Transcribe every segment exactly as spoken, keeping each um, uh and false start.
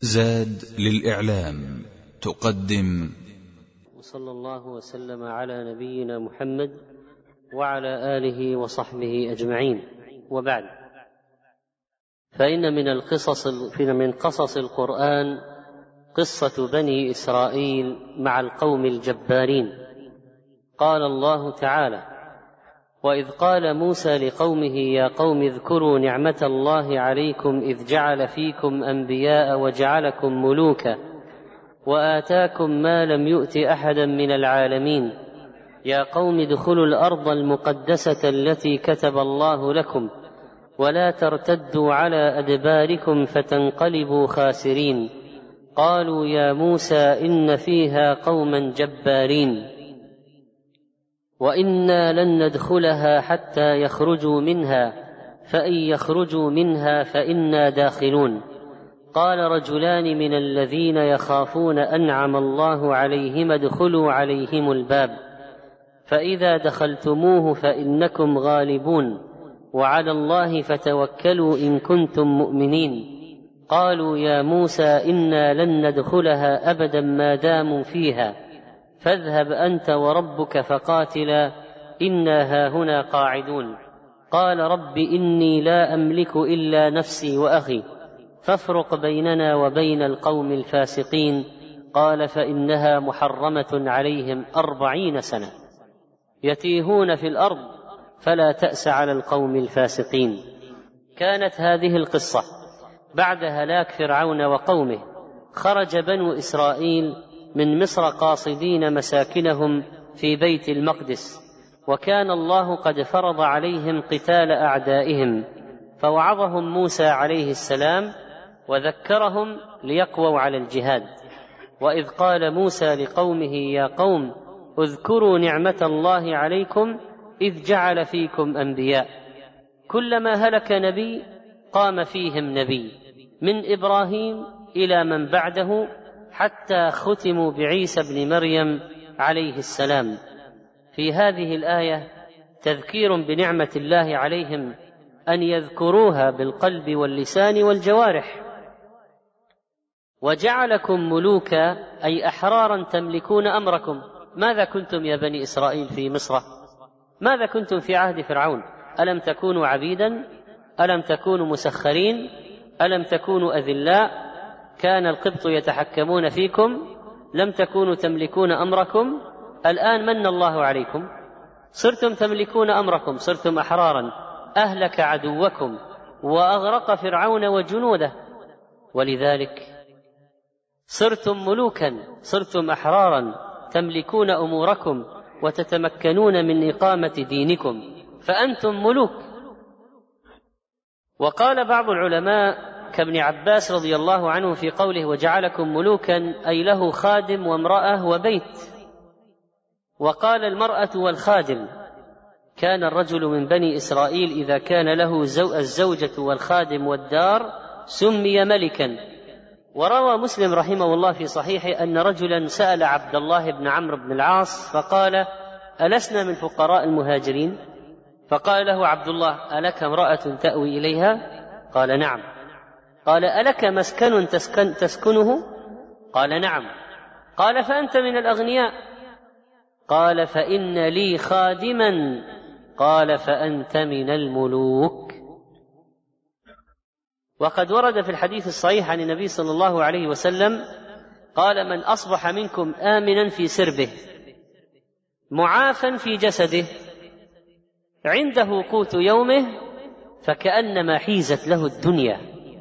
زاد للإعلام تقدم وصلى الله وسلم على نبينا محمد وعلى آله وصحبه أجمعين، وبعد، فإن من القصص من قصص القرآن قصة بني إسرائيل مع القوم الجبارين. قال الله تعالى: وإذ قال موسى لقومه يا قوم اذكروا نعمة الله عليكم إذ جعل فيكم أنبياء وجعلكم ملوكا وآتاكم ما لم يؤت أحدا من العالمين يا قوم ادخلوا الأرض المقدسة التي كتب الله لكم ولا ترتدوا على أدباركم فتنقلبوا خاسرين. قالوا يا موسى إن فيها قوما جبارين وإنا لن ندخلها حتى يخرجوا منها فإن يخرجوا منها فإنا داخلون. قال رجلان من الذين يخافون أنعم الله عليهم ادخلوا عليهم الباب فإذا دخلتموه فإنكم غالبون وعلى الله فتوكلوا إن كنتم مؤمنين. قالوا يا موسى إنا لن ندخلها أبدا ما داموا فيها فاذهب أنت وربك فقاتلا إنا هاهنا قاعدون. قال رب إني لا أملك إلا نفسي وأخي فافرق بيننا وبين القوم الفاسقين. قال فإنها محرمة عليهم أربعين سنة يتيهون في الأرض فلا تأس على القوم الفاسقين. كانت هذه القصة بعد هلاك فرعون وقومه. خرج بنو إسرائيل من مصر قاصدين مساكنهم في بيت المقدس، وكان الله قد فرض عليهم قتال أعدائهم، فوعظهم موسى عليه السلام وذكرهم ليقووا على الجهاد. وإذ قال موسى لقومه يا قوم اذكروا نعمة الله عليكم إذ جعل فيكم أنبياء. كلما هلك نبي قام فيهم نبي، من إبراهيم إلى من بعده حتى ختموا بعيسى بن مريم عليه السلام. في هذه الآية تذكير بنعمة الله عليهم أن يذكروها بالقلب واللسان والجوارح. وجعلكم ملوكا أي أحرارا تملكون أمركم. ماذا كنتم يا بني إسرائيل في مصر؟ ماذا كنتم في عهد فرعون؟ ألم تكونوا عبيدا؟ ألم تكونوا مسخرين؟ ألم تكونوا أذلاء؟ كان القبط يتحكمون فيكم؟ لم تكونوا تملكون أمركم؟ الآن من الله عليكم، صرتم تملكون أمركم، صرتم أحرارا. أهلك عدوكم وأغرق فرعون وجنوده، ولذلك صرتم ملوكا، صرتم أحرارا تملكون أموركم وتتمكنون من إقامة دينكم، فأنتم ملوك. وقال بعض العلماء كابن عباس رضي الله عنه في قوله وجعلكم ملوكا أي له خادم وامرأة وبيت. وقال المرأة والخادم. كان الرجل من بني إسرائيل إذا كان له الزوجة والخادم والدار سمي ملكا. وروى مسلم رحمه الله في صحيحه أن رجلا سأل عبد الله بن عمرو بن العاص فقال ألسنا من فقراء المهاجرين؟ فقال له عبد الله ألك امرأة تأوي إليها؟ قال نعم. قال ألك مسكن تسكن تسكنه؟ قال نعم. قال فأنت من الأغنياء؟ قال فإن لي خادما. قال فأنت من الملوك. وقد ورد في الحديث الصحيح عن النبي صلى الله عليه وسلم قال من أصبح منكم آمنا في سربه معافا في جسده عنده قوت يومه فكأنما حيزت له الدنيا.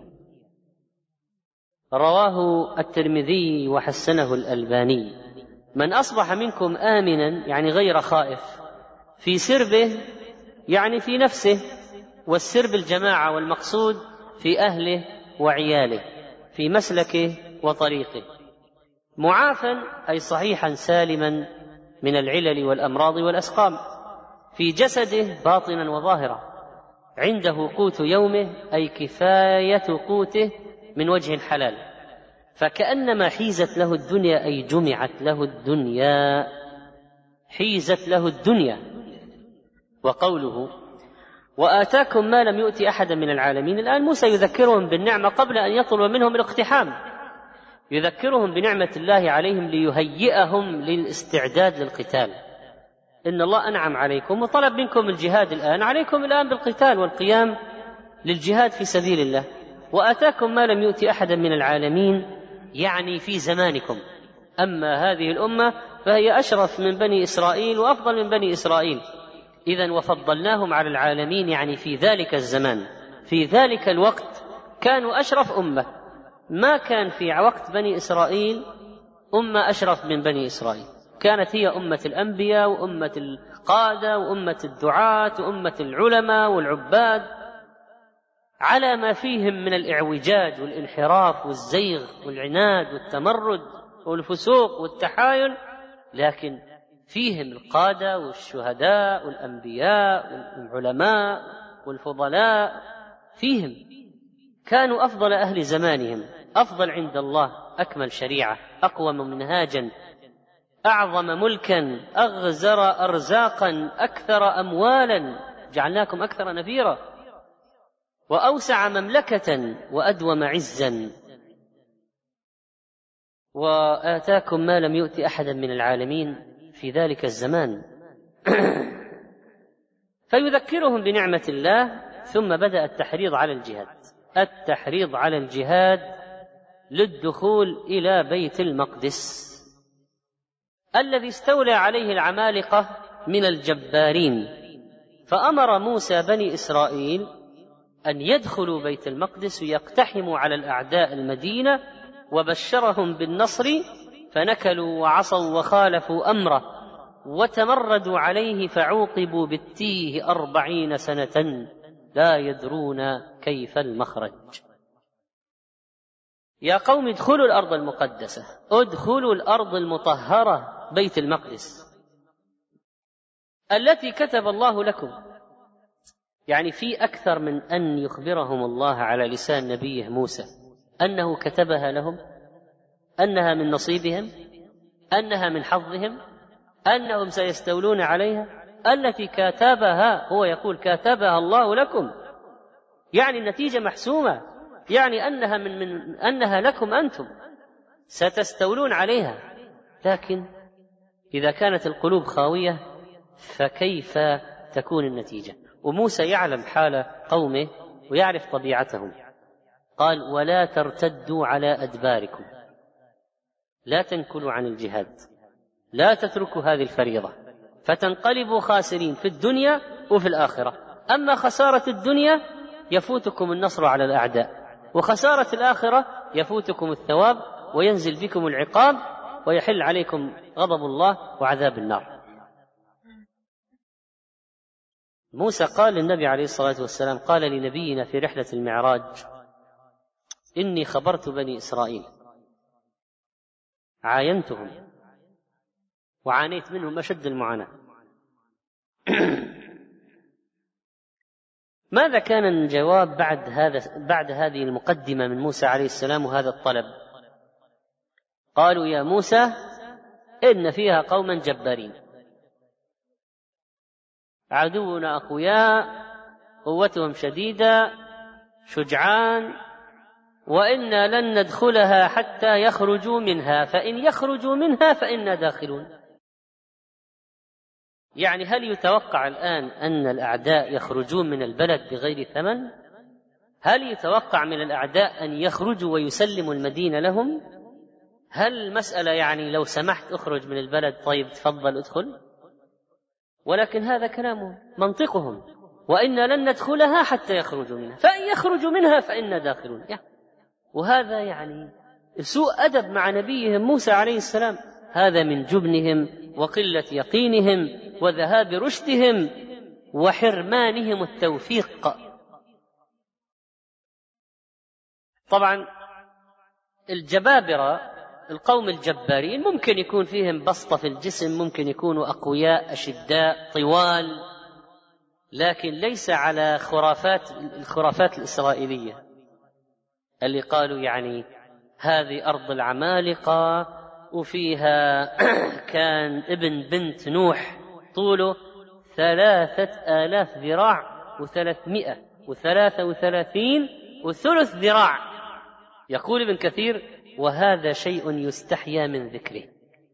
رواه الترمذي وحسنه الألباني. من أصبح منكم آمنا يعني غير خائف، في سربه يعني في نفسه، والسرب الجماعة، والمقصود في أهله وعياله، في مسلكه وطريقه. معافا أي صحيحا سالما من العلل والأمراض والأسقام، في جسده باطنا وظاهرا، عنده قوت يومه أي كفاية قوته من وجه حلال، فكأنما حيزت له الدنيا أي جمعت له الدنيا، حيزت له الدنيا. وقوله وآتاكم ما لم يؤت أحدا من العالمين، الآن موسى يذكرهم بالنعمة قبل أن يطلب منهم الاقتحام. يذكرهم بنعمة الله عليهم ليهيئهم للاستعداد للقتال. إن الله أنعم عليكم وطلب منكم الجهاد الآن، عليكم الآن بالقتال والقيام للجهاد في سبيل الله، وآتاكم ما لم يؤت أحدا من العالمين، يعني في زمانكم. أما هذه الأمة فهي أشرف من بني إسرائيل وأفضل من بني إسرائيل، إذن وفضلناهم على العالمين، يعني في ذلك الزمان في ذلك الوقت كانوا أشرف أمة. ما كان في وقت بني إسرائيل أمة أشرف من بني إسرائيل، كانت هي أمة الأنبياء وأمة القادة وأمة الدعاة وأمة العلماء والعباد، على ما فيهم من الإعوجاج والانحراف والزيغ والعناد والتمرد والفسوق والتحايل، لكن فيهم القادة والشهداء والأنبياء والعلماء والفضلاء، فيهم كانوا أفضل أهل زمانهم، أفضل عند الله، أكمل شريعة، أقوم منهاجا، أعظم ملكا، أغزر أرزاقا، أكثر أموالا، جعلناكم أكثر نفيرا، وأوسع مملكة، وأدوم عزا، وآتاكم ما لم يؤت أحدا من العالمين في ذلك الزمان. فيذكرهم بنعمة الله، ثم بدأ التحريض على الجهاد التحريض على الجهاد للدخول إلى بيت المقدس الذي استولى عليه العمالقة من الجبارين. فأمر موسى بني إسرائيل أن يدخلوا بيت المقدس ويقتحموا على الأعداء المدينة، وبشرهم بالنصر، فنكلوا وعصوا وخالفوا أمره وتمردوا عليه، فعوقبوا بالتيه أربعين سنة لا يدرون كيف المخرج. يا قوم ادخلوا الأرض المقدسة، ادخلوا الأرض المطهرة بيت المقدس التي كتب الله لكم. يعني في أكثر من أن يخبرهم الله على لسان نبيه موسى أنه كتبها لهم، أنها من نصيبهم، أنها من حظهم، أنهم سيستولون عليها، التي كتبها، هو يقول كتبها الله لكم، يعني النتيجة محسومة، يعني أنها من, من أنها لكم أنتم ستستولون عليها. لكن إذا كانت القلوب خاوية فكيف تكون النتيجة؟ وموسى يعلم حال قومه ويعرف طبيعتهم. قال ولا ترتدوا على أدباركم، لا تنكلوا عن الجهاد، لا تتركوا هذه الفريضة فتنقلبوا خاسرين في الدنيا وفي الآخرة. أما خسارة الدنيا يفوتكم النصر على الأعداء، وخسارة الآخرة يفوتكم الثواب وينزل بكم العقاب ويحل عليكم غضب الله وعذاب النار. موسى قال للنبي عليه الصلاة والسلام، قال لنبينا في رحلة المعراج: إني خبرت بني إسرائيل، عاينتهم وعانيت منهم أشد المعاناة. ماذا كان الجواب بعد هذا بعد هذه المقدمة من موسى عليه السلام وهذا الطلب؟ قالوا يا موسى إن فيها قوما جبارين، عدونا أقوياء، قوتهم شديدة، شجعان، وإنا لن ندخلها حتى يخرجوا منها، فإن يخرجوا منها فإنا داخلون. يعني هل يتوقع الآن أن الأعداء يخرجون من البلد بغير ثمن؟ هل يتوقع من الأعداء أن يخرجوا ويسلموا المدينة لهم؟ هل المسألة يعني لو سمحت أخرج من البلد، طيب تفضل أدخل؟ ولكن هذا كلامهم، منطقهم، وإنا لن ندخلها حتى يخرجوا منها، فإن يخرجوا منها فإنا داخلون. وهذا يعني سوء أدب مع نبيهم موسى عليه السلام، هذا من جبنهم وقلة يقينهم وذهاب رشدهم وحرمانهم التوفيق. طبعا الجبابرة، القوم الجبارين، ممكن يكون فيهم بسطة في الجسم، ممكن يكونوا أقوياء أشداء طوال، لكن ليس على خرافات الخرافات الإسرائيلية اللي قالوا يعني هذه أرض العمالقة وفيها كان ابن بنت نوح طوله ثلاثة آلاف ذراع وثلاثمائة وثلاثة وثلاثين وثلث ذراع. يقول ابن كثير وهذا شيء يستحيا من ذكره.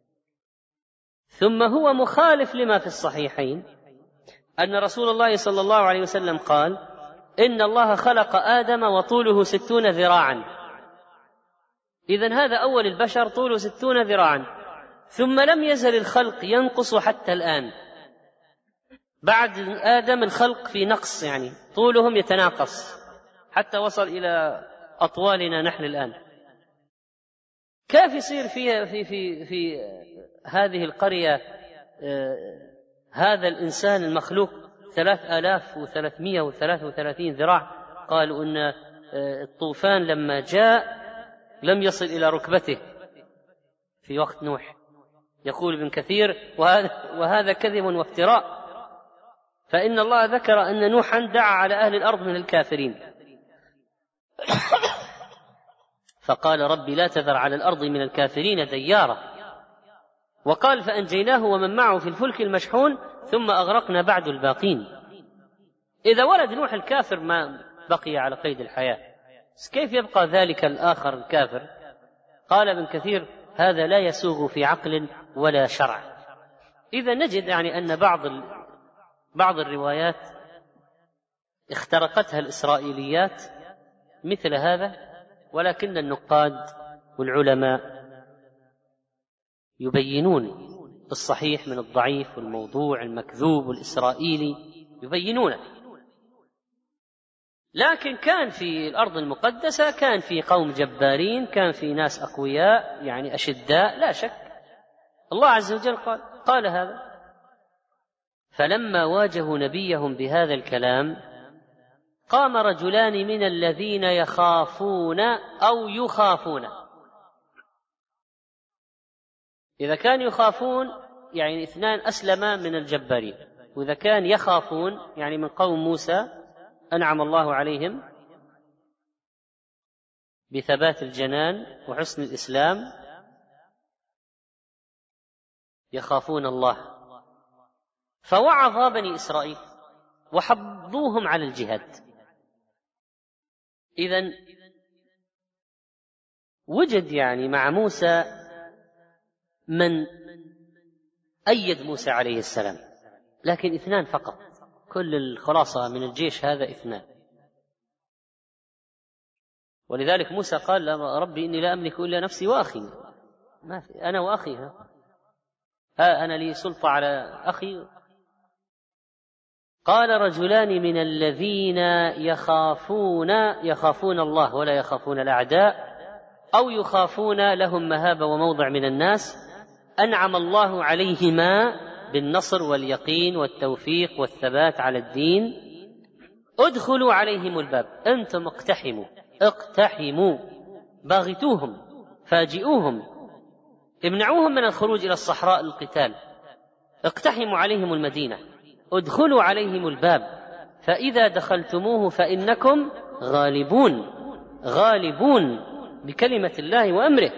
ثم هو مخالف لما في الصحيحين أن رسول الله صلى الله عليه وسلم قال: إن الله خلق آدم وطوله ستون ذراعا. إذن هذا أول البشر طوله ستون ذراعا، ثم لم يزل الخلق ينقص حتى الآن. بعد آدم الخلق في نقص، يعني طولهم يتناقص حتى وصل إلى أطوالنا نحن الآن. كيف يصير في في في في هذه القرية آه هذا الإنسان المخلوق ثلاث آلاف وثلاثمائة وثلاثة وثلاثين ذراع؟ قالوا أن آه الطوفان لما جاء لم يصل إلى ركبته في وقت نوح. يقول ابن كثير: وهذا, وهذا كذب وافتراء، فإن الله ذكر أن نوحا دعا على أهل الأرض من الكافرين فقال: ربي لا تذر على الأرض من الكافرين ديارا. وقال: فأنجيناه ومن معه في الفلك المشحون ثم أغرقنا بعد الباقين. إذا ولد نوح الكافر ما بقي على قيد الحياة، كيف يبقى ذلك الآخر الكافر؟ قال ابن كثير: هذا لا يسوغ في عقل ولا شرع. إذا نجد يعني أن بعض بعض الروايات اخترقتها الإسرائيليات مثل هذا، ولكن النقاد والعلماء يبينون الصحيح من الضعيف والموضوع المكذوب والإسرائيلي، يبينونه. لكن كان في الأرض المقدسة كان في قوم جبارين، كان في ناس أقوياء يعني أشداء، لا شك. الله عز وجل قال, قال هذا. فلما واجهوا نبيهم بهذا الكلام قام رجلان من الذين يخافون أو يخافون. إذا كان يخافون يعني اثنان أسلما من الجبارين، وإذا كان يخافون يعني من قوم موسى أنعم الله عليهم بثبات الجنان وحسن الإسلام، يخافون الله. فوعظ بني إسرائيل وحضوهم على الجهاد. إذن وجد يعني مع موسى من أيد موسى عليه السلام، لكن اثنان فقط. كل الخلاصة من الجيش هذا اثنان. ولذلك موسى قال: ربي إني لا أملك إلا نفسي وأخي، ما في أنا وأخي، ها, ها أنا لي سلطة على أخي. قال: رجلان من الذين يخافون يخافون الله ولا يخافون الأعداء أو يخافون لهم مهابة وموضع من الناس أنعم الله عليهما بالنصر واليقين والتوفيق والثبات على الدين، ادخلوا عليهم الباب. أنتم اقتحموا اقتحموا باغتوهم فاجئوهم، امنعوهم من الخروج إلى الصحراء للقتال، اقتحموا عليهم المدينة، ادخلوا عليهم الباب، فإذا دخلتموه فإنكم غالبون غالبون بكلمة الله وأمره،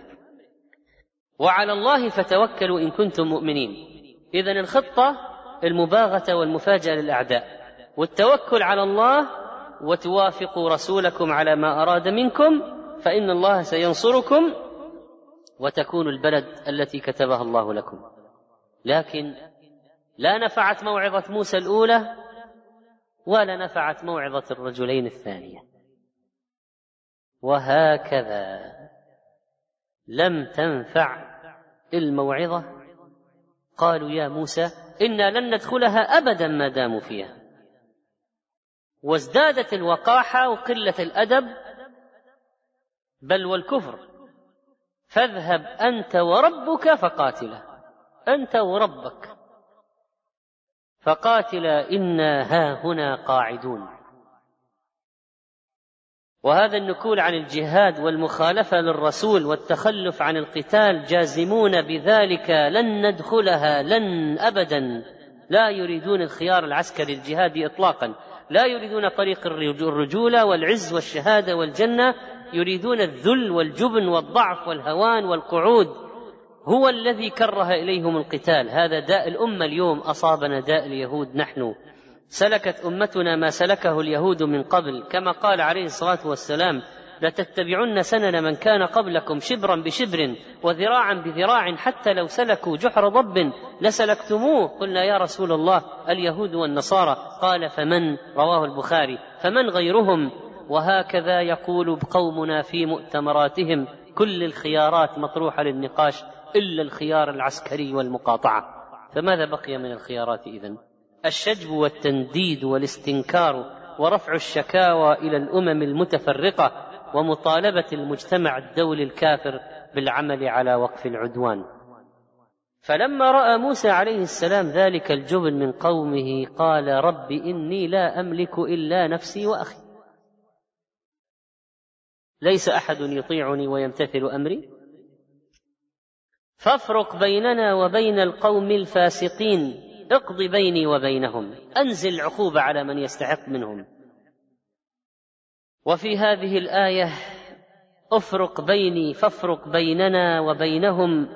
وعلى الله فتوكلوا إن كنتم مؤمنين. إذن الخطة المباغتة والمفاجأة للأعداء، والتوكل على الله، وتوافقوا رسولكم على ما أراد منكم، فإن الله سينصركم وتكون البلد التي كتبها الله لكم. لكن لا نفعت موعظة موسى الأولى ولا نفعت موعظة الرجلين الثانية. وهكذا لم تنفع الموعظة. قالوا: يا موسى إنا لن ندخلها أبدا ما داموا فيها. وازدادت الوقاحة وقلة الأدب بل والكفر. فاذهب أنت وربك فقاتلا، أنت وربك فقاتلا إنا هاهنا قاعدون. وهذا النكول عن الجهاد والمخالفة للرسول والتخلف عن القتال جازمون بذلك، لن ندخلها لن أبدا. لا يريدون الخيار العسكري الجهادي إطلاقا، لا يريدون طريق الرجولة والعز والشهادة والجنة، يريدون الذل والجبن والضعف والهوان والقعود. هو الذي كره إليهم القتال. هذا داء الأمة اليوم، أصابنا داء اليهود نحن. سلكت أمتنا ما سلكه اليهود من قبل، كما قال عليه الصلاة والسلام: لتتبعن سنن من كان قبلكم شبرا بشبر وذراعا بذراع حتى لو سلكوا جحر ضب لسلكتموه. قلنا يا رسول الله اليهود والنصارى، قال فمن؟ رواه البخاري. فمن غيرهم؟ وهكذا يقول قومنا في مؤتمراتهم: كل الخيارات مطروحة للنقاش إلا الخيار العسكري والمقاطعة. فماذا بقي من الخيارات إذن؟ الشجب والتنديد والاستنكار ورفع الشكاوى إلى الأمم المتفرقة ومطالبة المجتمع الدولي الكافر بالعمل على وقف العدوان. فلما رأى موسى عليه السلام ذلك الجبن من قومه قال: رب إني لا أملك إلا نفسي وأخي، ليس أحد يطيعني ويمتثل أمري، فافرق بيننا وبين القوم الفاسقين، اقض بيني وبينهم، أنزل عقوبة على من يستحق منهم. وفي هذه الآية افرق بيني فافرق بيننا وبينهم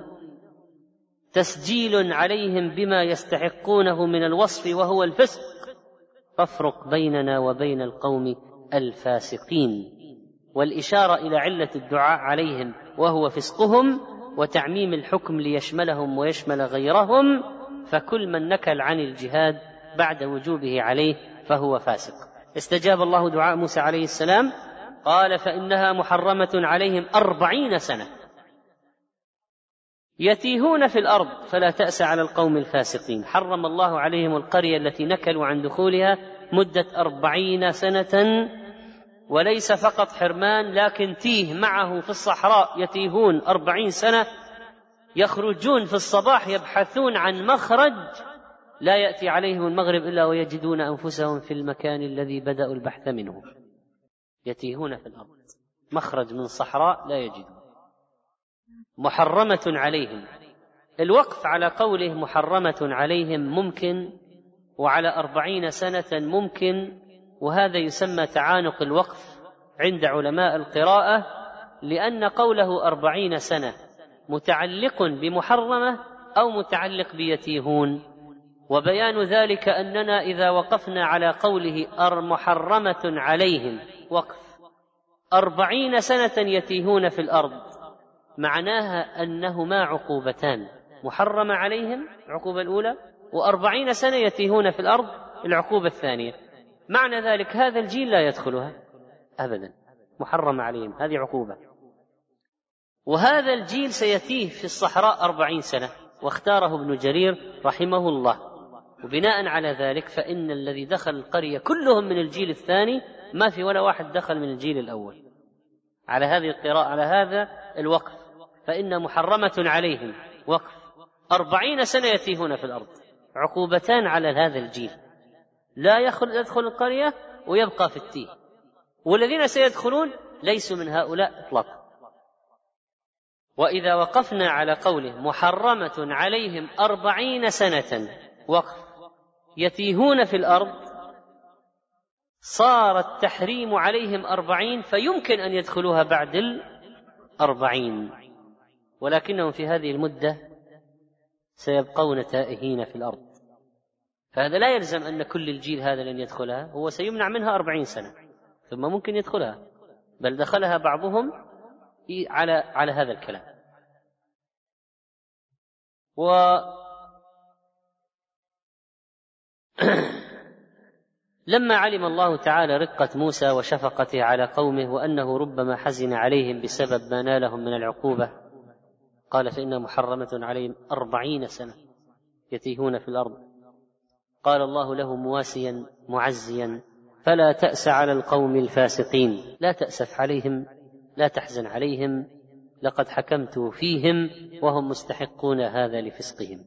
تسجيل عليهم بما يستحقونه من الوصف وهو الفسق، فافرق بيننا وبين القوم الفاسقين، والإشارة إلى علة الدعاء عليهم وهو فسقهم، وتعميم الحكم ليشملهم ويشمل غيرهم، فكل من نكل عن الجهاد بعد وجوبه عليه فهو فاسق. استجاب الله دعاء موسى عليه السلام، قال: فإنها محرمة عليهم أربعين سنة يتيهون في الأرض فلا تأس على القوم الفاسقين. حرم الله عليهم القرية التي نكلوا عن دخولها مدة أربعين سنة، وليس فقط حرمان لكن تيه معه في الصحراء، يتيهون أربعين سنة، يخرجون في الصباح يبحثون عن مخرج، لا يأتي عليهم المغرب إلا ويجدون أنفسهم في المكان الذي بدأوا البحث منه، يتيهون في الأرض، مخرج من الصحراء لا يجدون. محرمة عليهم، الوقف على قوله محرمة عليهم ممكن، وعلى أربعين سنة ممكن، وهذا يسمى تعانق الوقف عند علماء القراءة، لأن قوله أربعين سنة متعلق بمحرمة أو متعلق بيتيهون، وبيان ذلك أننا إذا وقفنا على قوله محرمة عليهم وقف أربعين سنة يتيهون في الأرض، معناها أنهما عقوبتان: محرمة عليهم العقوبة الأولى، وأربعين سنة يتيهون في الأرض العقوبة الثانية. معنى ذلك هذا الجيل لا يدخلها أبدا، محرم عليهم، هذه عقوبة. وهذا الجيل سيتيه في الصحراء أربعين سنة، واختاره ابن جرير رحمه الله، وبناء على ذلك فإن الذي دخل القرية كلهم من الجيل الثاني، ما في ولا واحد دخل من الجيل الأول. على هذه القراءة، على هذا الوقف، فإن محرمة عليهم وقف أربعين سنة يتيهون في الأرض، عقوبتان على هذا الجيل، لا يدخل القرية ويبقى في التيه، والذين سيدخلون ليسوا من هؤلاء إطلاقا. وإذا وقفنا على قوله محرمة عليهم أربعين سنة وقف يتيهون في الأرض، صار التحريم عليهم أربعين، فيمكن أن يدخلوها بعد الأربعين، ولكنهم في هذه المدة سيبقون تائهين في الأرض. فهذا لا يلزم أن كل الجيل هذا لن يدخلها، هو سيمنع منها أربعين سنة ثم ممكن يدخلها، بل دخلها بعضهم على على هذا الكلام. و لما علم الله تعالى رقة موسى وشفقته على قومه وأنه ربما حزن عليهم بسبب ما نالهم من العقوبة، قال: فإن محرمة عليهم أربعين سنة يتيهون في الأرض. قال الله له مواسيا معزيا: فلا تأس على القوم الفاسقين، لا تأسف عليهم، لا تحزن عليهم، لقد حكمت فيهم وهم مستحقون هذا لفسقهم.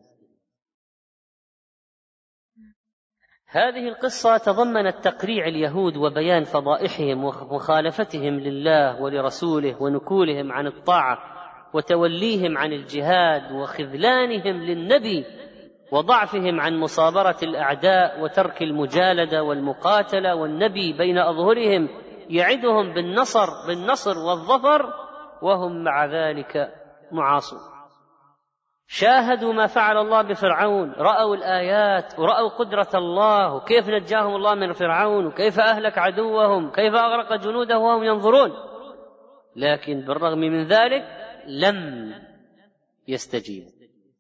هذه القصة تضمنت تقريع اليهود وبيان فضائحهم ومخالفتهم لله ولرسوله ونكولهم عن الطاعة وتوليهم عن الجهاد وخذلانهم للنبي وضعفهم عن مصابرة الأعداء وترك المجالدة والمقاتلة، والنبي بين أظهرهم يعدهم بالنصر بالنصر والظفر وهم مع ذلك معاصون. شاهدوا ما فعل الله بفرعون، رأوا الآيات ورأوا قدرة الله وكيف نجاهم الله من فرعون وكيف أهلك عدوهم، كيف أغرق جنوده وهم ينظرون، لكن بالرغم من ذلك لم يستجيبوا،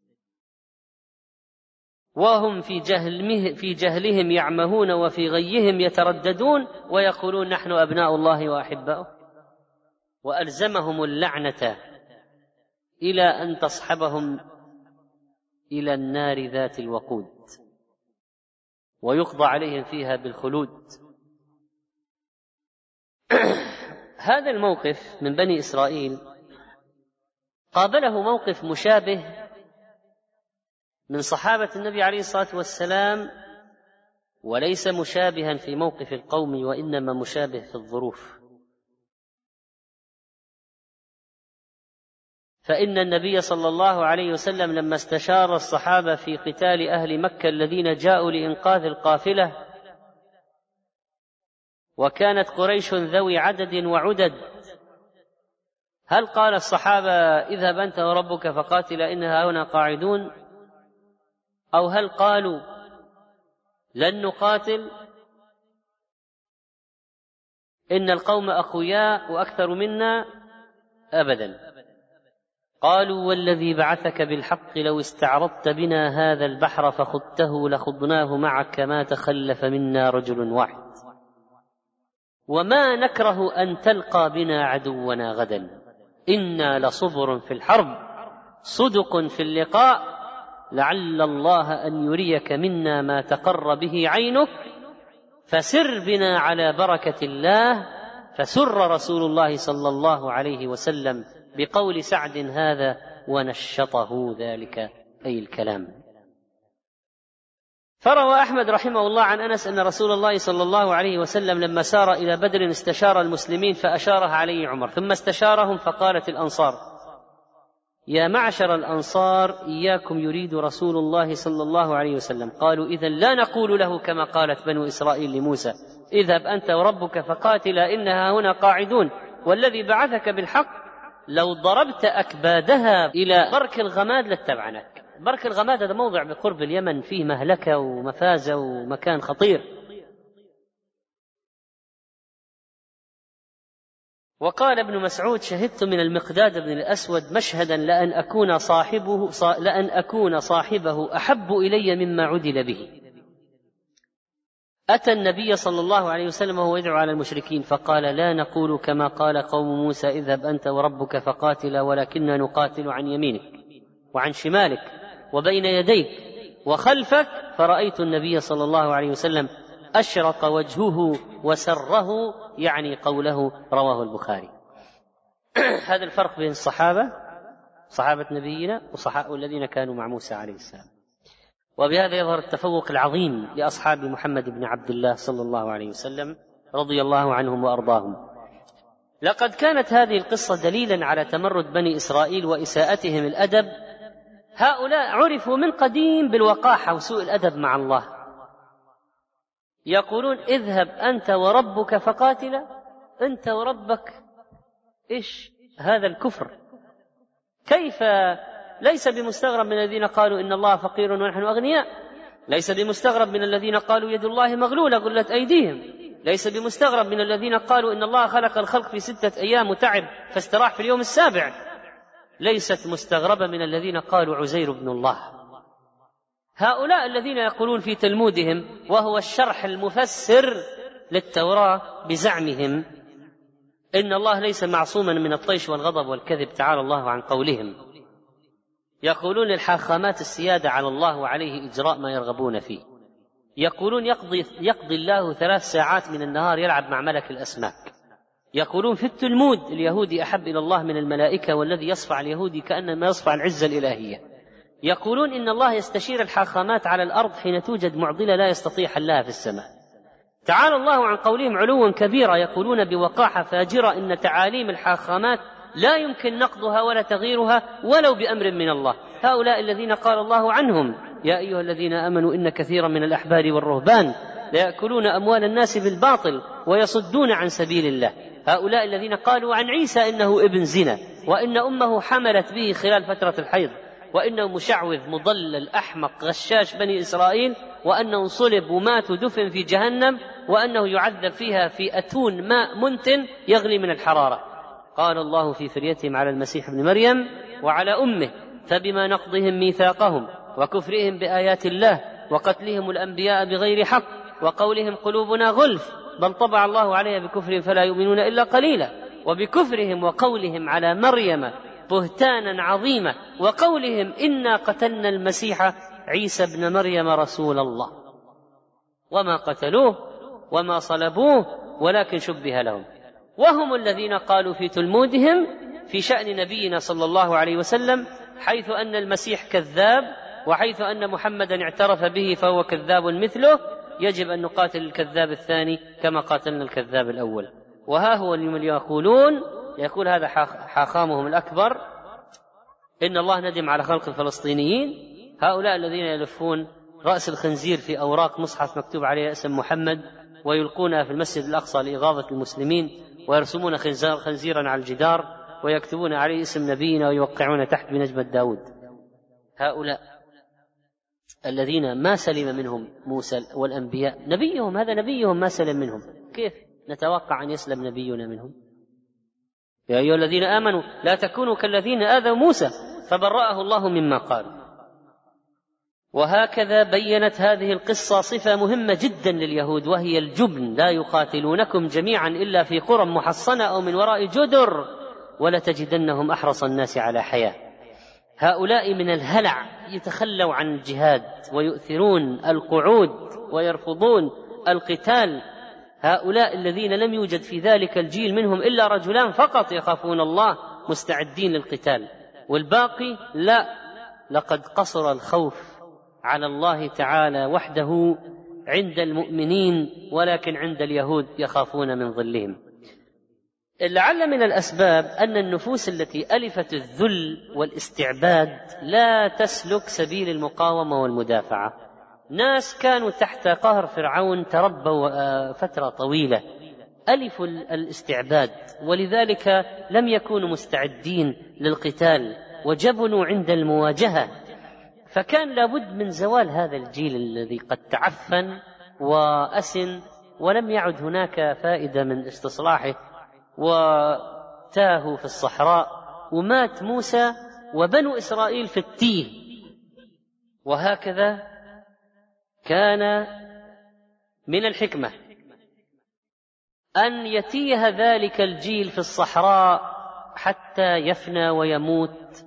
وهم في جهل في جهلهم يعمهون وفي غيهم يترددون ويقولون نحن أبناء الله وأحباؤه، وألزمهم اللعنة إلى أن تصحبهم إلى النار ذات الوقود ويقضى عليهم فيها بالخلود. هذا الموقف من بني إسرائيل قابله موقف مشابه من صحابة النبي عليه الصلاة والسلام، وليس مشابها في موقف القوم وإنما مشابه في الظروف. فإن النبي صلى الله عليه وسلم لما استشار الصحابة في قتال أهل مكة الذين جاءوا لإنقاذ القافلة، وكانت قريش ذوي عدد وعدد، هل قال الصحابة اذهب أنت وربك فقاتلا إنها هنا قاعدون، أو هل قالوا لن نقاتل إن القوم أخوياء وأكثر منا؟ أبدا، قالوا والذي بعثك بالحق لو استعرضت بنا هذا البحر فخضته لخضناه معك ما تخلف منا رجل واحد، وما نكره أن تلقى بنا عدونا غدا، إنا لصبر في الحرب صدق في اللقاء، لعل الله أن يريك منا ما تقر به عينك، فسر بنا على بركة الله. فسر رسول الله صلى الله عليه وسلم بقول سعد هذا ونشطه ذلك أي الكلام. فروى أحمد رحمه الله عن أنس أن رسول الله صلى الله عليه وسلم لما سار إلى بدر استشار المسلمين فأشارها عليه عمر، ثم استشارهم فقالت الأنصار يا معشر الأنصار إياكم يريد رسول الله صلى الله عليه وسلم. قالوا إذن لا نقول له كما قالت بنو إسرائيل لموسى اذهب أنت وربك فقاتلا إنها هنا قاعدون، والذي بعثك بالحق لو ضربت أكبادها إلى برك الغماد لاتبعناك. برك الغماد هذا موضع بقرب اليمن فيه مهلكة ومفازة ومكان خطير. وقال ابن مسعود شهدت من المقداد بن الأسود مشهدا لأن أكون صاحبه لأن أكون صاحبه أحب إلي مما عدل به. أتى النبي صلى الله عليه وسلم وهو يدعو على المشركين فقال لا نقول كما قال قوم موسى اذهب أنت وربك فقاتلا، ولكننا نقاتل عن يمينك وعن شمالك وبين يديك وخلفك. فرأيت النبي صلى الله عليه وسلم أشرق وجهه وسره، يعني قوله، رواه البخاري. هذا الفرق بين الصحابة صحابة نبينا وصحابة الذين كانوا مع موسى عليه السلام. وبهذا يظهر التفوق العظيم لأصحاب محمد بن عبد الله صلى الله عليه وسلم رضي الله عنهم وأرضاهم. لقد كانت هذه القصة دليلا على تمرد بني إسرائيل وإساءتهم الأدب. هؤلاء عرفوا من قديم بالوقاحة وسوء الأدب مع الله، يقولون اذهب أنت وربك فقاتلا. أنت وربك إيش هذا الكفر؟ كيف؟ ليس بمستغرب من الذين قالوا إن الله فقير ونحن أغنياء، ليس بمستغرب من الذين قالوا يد الله مغلولة غلت أيديهم، ليس بمستغرب من الذين قالوا إن الله خلق الخلق في ستة أيام وتعب فاستراح في اليوم السابع، ليست مستغربة من الذين قالوا عزير بن الله. هؤلاء الذين يقولون في تلمودهم وهو الشرح المفسر للتوراة بزعمهم إن الله ليس معصوما من الطيش والغضب والكذب تعالى الله عن قولهم، يقولون الحاخامات السيادة على الله وعليه إجراء ما يرغبون فيه. يقولون يقضي, يقضي الله ثلاث ساعات من النهار يلعب مع ملك الأسماك. يقولون في التلمود اليهودي أحب إلى الله من الملائكة، والذي يصفع اليهودي كأنما يصفع العزة الإلهية. يقولون إن الله يستشير الحاخامات على الأرض حين توجد معضلة لا يستطيع حلها في السماء. تعالى الله عن قولهم علوا كبيرا. يقولون بوقاحة فاجرة إن تعاليم الحاخامات لا يمكن نقضها ولا تغييرها ولو بأمر من الله. هؤلاء الذين قال الله عنهم يا أيها الذين آمنوا إن كثيرا من الأحبار والرهبان ليأكلون أموال الناس بالباطل ويصدون عن سبيل الله. هؤلاء الذين قالوا عن عيسى إنه ابن زنا، وإن أمه حملت به خلال فترة الحيض، وإنه مشعوذ مضلل أحمق غشاش بني إسرائيل، وأنه صلب ومات ودفن في جهنم، وأنه يعذب فيها في أتون ماء منتن يغلي من الحرارة. قال الله في فريتهم على المسيح ابن مريم وعلى أمه فبما نقضهم ميثاقهم وكفرهم بآيات الله وقتلهم الأنبياء بغير حق وقولهم قلوبنا غلف بل طبع الله عليها بكفرهم فلا يؤمنون إلا قليلا وبكفرهم وقولهم على مريم بهتانا عظيما وقولهم إنا قتلنا المسيح عيسى ابن مريم رسول الله وما قتلوه وما صلبوه ولكن شبه لهم وهم الذين قالوا في تلمودهم في شأن نبينا صلى الله عليه وسلم حيث أن المسيح كذاب وحيث أن محمدا اعترف به فهو كذاب مثله يجب أن نقاتل الكذاب الثاني كما قاتلنا الكذاب الأول. وها هو الذين يقولون يقول هذا حاخامهم الأكبر إن الله ندم على خلق الفلسطينيين هؤلاء الذين يلفون رأس الخنزير في أوراق مصحف مكتوب عليها اسم محمد ويلقونها في المسجد الأقصى لإغاظة المسلمين ويرسمون خنزيرا على الجدار ويكتبون عليه اسم نبينا ويوقعون تحت بنجمة داود. هؤلاء الذين ما سلم منهم موسى والأنبياء نبيهم هذا نبيهم ما سلم منهم كيف نتوقع أن يسلم نبينا منهم؟ يا أيها الذين آمنوا لا تكونوا كالذين آذوا موسى فبرأه الله مما قال. وهكذا بينت هذه القصة صفة مهمة جدا لليهود وهي الجبن لا يقاتلونكم جميعا إلا في قرى محصنة أو من وراء جدر ولتجدنهم أحرص الناس على حياة. هؤلاء من الهلع يتخلوا عن الجهاد ويؤثرون القعود ويرفضون القتال. هؤلاء الذين لم يوجد في ذلك الجيل منهم إلا رجلان فقط يخافون الله مستعدين للقتال والباقي لا. لقد قصر الخوف على الله تعالى وحده عند المؤمنين ولكن عند اليهود يخافون من ظلهم. لعل من الأسباب أن النفوس التي ألفت الذل والاستعباد لا تسلك سبيل المقاومة والمدافعة. ناس كانوا تحت قهر فرعون تربوا فترة طويلة ألفوا الاستعباد ولذلك لم يكونوا مستعدين للقتال وجبنوا عند المواجهة. فكان لابد من زوال هذا الجيل الذي قد تعفن وأسن ولم يعد هناك فائدة من استصلاحه وتاهوا في الصحراء ومات موسى وبنو إسرائيل في التيه. وهكذا كان من الحكمة أن يتيه ذلك الجيل في الصحراء حتى يفنى ويموت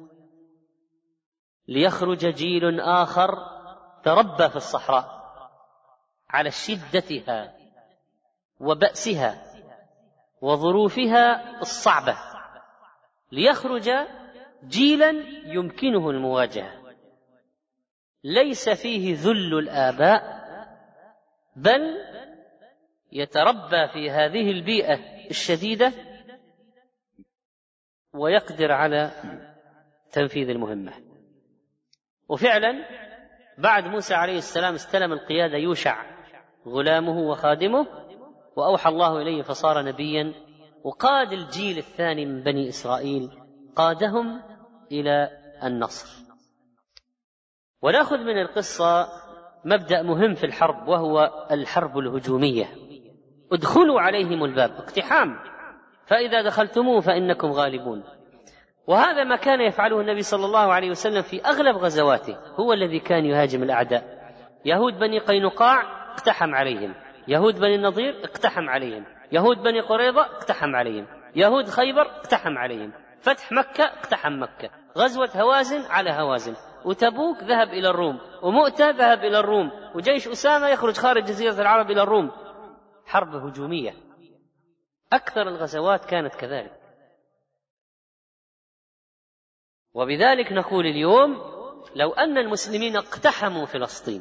ليخرج جيل آخر تربى في الصحراء على شدتها وبأسها وظروفها الصعبة ليخرج جيلا يمكنه المواجهة ليس فيه ذل الآباء بل يتربى في هذه البيئة الشديدة ويقدر على تنفيذ المهمة. وفعلا بعد موسى عليه السلام استلم القيادة يوشع غلامه وخادمه وأوحى الله إليه فصار نبيا وقاد الجيل الثاني من بني إسرائيل قادهم إلى النصر. ونأخذ من القصة مبدأ مهم في الحرب وهو الحرب الهجومية. ادخلوا عليهم الباب اقتحام فإذا دخلتموه فإنكم غالبون. وهذا ما كان يفعله النبي صلى الله عليه وسلم في أغلب غزواته هو الذي كان يهاجم الأعداء. يهود بني قينقاع اقتحم عليهم يهود بني النضير اقتحم عليهم يهود بني قريظة اقتحم عليهم يهود خيبر اقتحم عليهم فتح مكة اقتحم مكة غزوة هوازن على هوازن وتبوك ذهب إلى الروم ومؤتة ذهب إلى الروم وجيش أسامة يخرج خارج جزيرة العرب إلى الروم. حرب هجومية أكثر الغزوات كانت كذلك. وبذلك نقول اليوم لو أن المسلمين اقتحموا فلسطين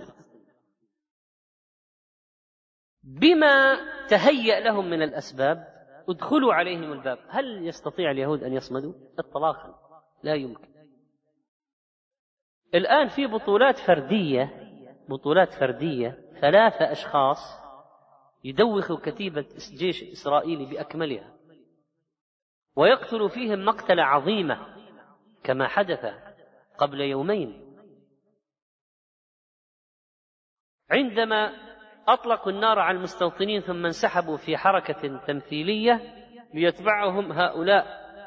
بما تهيأ لهم من الأسباب ادخلوا عليهم الباب هل يستطيع اليهود أن يصمدوا؟ اطلاقا لا يمكن. الآن في بطولات فردية بطولات فردية ثلاثة أشخاص يدوخوا كتيبة جيش إسرائيلي بأكملها ويقتل فيهم مقتلة عظيمة كما حدث قبل يومين عندما أطلقوا النار على المستوطنين ثم انسحبوا في حركة تمثيلية ليتبعهم هؤلاء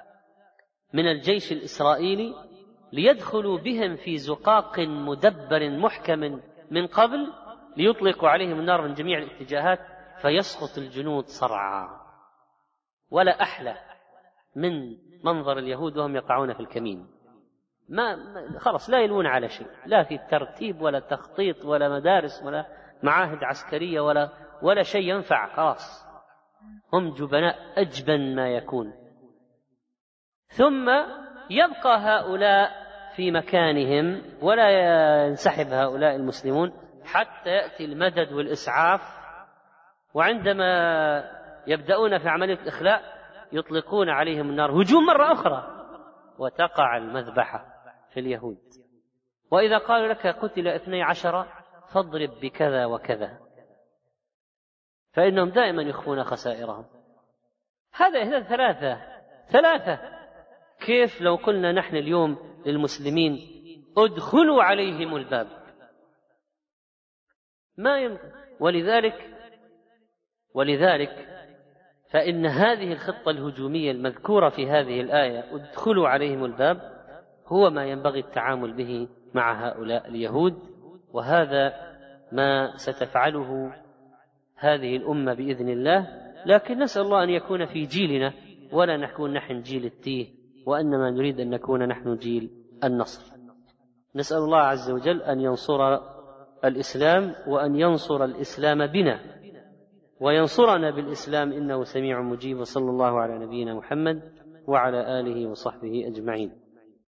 من الجيش الإسرائيلي ليدخلوا بهم في زقاق مدبر محكم من قبل، ليطلقوا عليهم النار من جميع الاتجاهات فيسقط الجنود صرعى. ولا أحلى من منظر اليهود وهم يقعون في الكمين، ما خلص لا يلون على شيء، لا في ترتيب ولا تخطيط ولا مدارس ولا معاهد عسكرية ولا ولا شيء ينفع، خلاص هم جبناء أجبن ما يكون. ثم يبقى هؤلاء في مكانهم ولا ينسحب هؤلاء المسلمون حتى يأتي المدد والإسعاف، وعندما يبدأون في عملية الإخلاء يطلقون عليهم النار هجوم مرة أخرى، وتقع المذبحة في اليهود. وإذا قالوا لك قتل اثني عشر فاضرب بكذا وكذا، فإنهم دائما يخفون خسائرهم. هذا هذا ثلاثة ثلاثة كيف لو قلنا نحن اليوم للمسلمين ادخلوا عليهم الباب؟ ما يمكن. ولذلك ولذلك فإن هذه الخطة الهجومية المذكورة في هذه الآية ادخلوا عليهم الباب هو ما ينبغي التعامل به مع هؤلاء اليهود، وهذا ما ستفعله هذه الأمة بإذن الله. لكن نسأل الله أن يكون في جيلنا ولا نكون نحن جيل التيه، وإنما نريد أن نكون نحن جيل النصر. نسأل الله عز وجل أن ينصر الإسلام وأن ينصر الإسلام بنا وينصرنا بالإسلام، إنه سميع مجيب. وصلى الله على نبينا محمد وعلى آله وصحبه أجمعين.